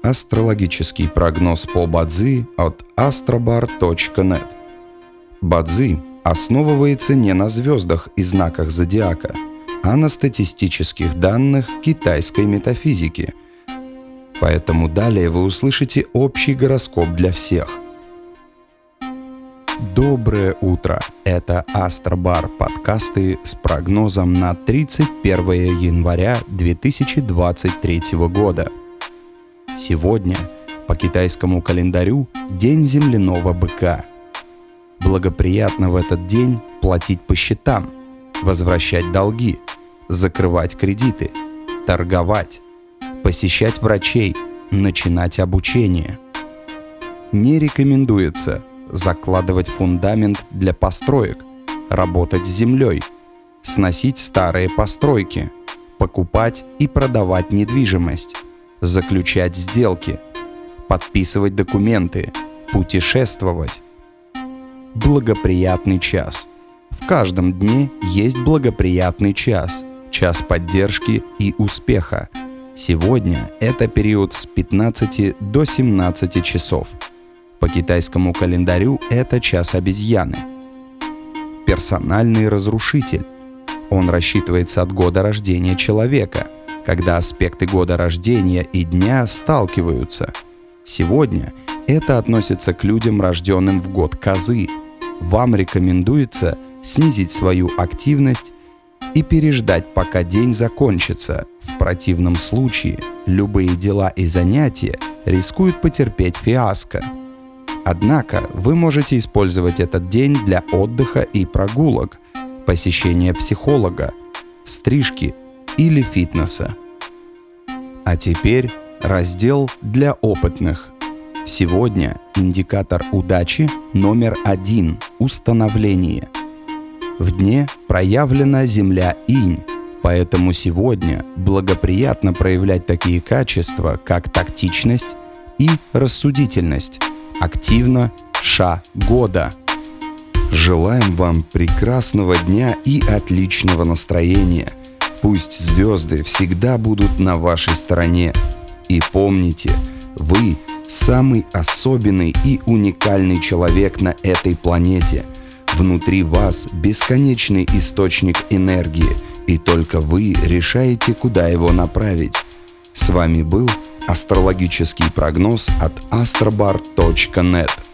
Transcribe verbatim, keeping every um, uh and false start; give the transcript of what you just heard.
Астрологический прогноз по Бадзи от астробар точка нет. Бадзи основывается не на звездах и знаках зодиака, а на статистических данных китайской метафизики. Поэтому далее вы услышите общий гороскоп для всех. Доброе утро! Это Астробар подкасты с прогнозом на тридцать первое января две тысячи двадцать третьего года. Сегодня по китайскому календарю День земляного быка. Благоприятно в этот день платить по счетам, возвращать долги, закрывать кредиты, торговать, посещать врачей, начинать обучение. Не рекомендуется закладывать фундамент для построек, работать с землей, сносить старые постройки, покупать и продавать недвижимость, заключать сделки, подписывать документы, путешествовать. Благоприятный час. В каждом дне есть благоприятный час, час поддержки и успеха. Сегодня это период с пятнадцати до семнадцати часов. По китайскому календарю это час обезьяны. Персональный разрушитель. Он рассчитывается от года рождения человека, когда аспекты года рождения и дня сталкиваются. Сегодня это относится к людям, рожденным в год Козы. Вам рекомендуется снизить свою активность и переждать, пока день закончится. В противном случае любые дела и занятия рискуют потерпеть фиаско. Однако вы можете использовать этот день для отдыха и прогулок, посещения психолога, стрижки или фитнеса. А теперь раздел для опытных. Сегодня индикатор удачи номер один – установление. В дне проявлена Земля Инь, поэтому сегодня благоприятно проявлять такие качества, как тактичность и рассудительность. Активно Ша года. Желаем вам прекрасного дня и отличного настроения. Пусть звезды всегда будут на вашей стороне. И помните, вы самый особенный и уникальный человек на этой планете. Внутри вас бесконечный источник энергии, и только вы решаете, куда его направить. С вами был астрологический прогноз от астробар точка нет.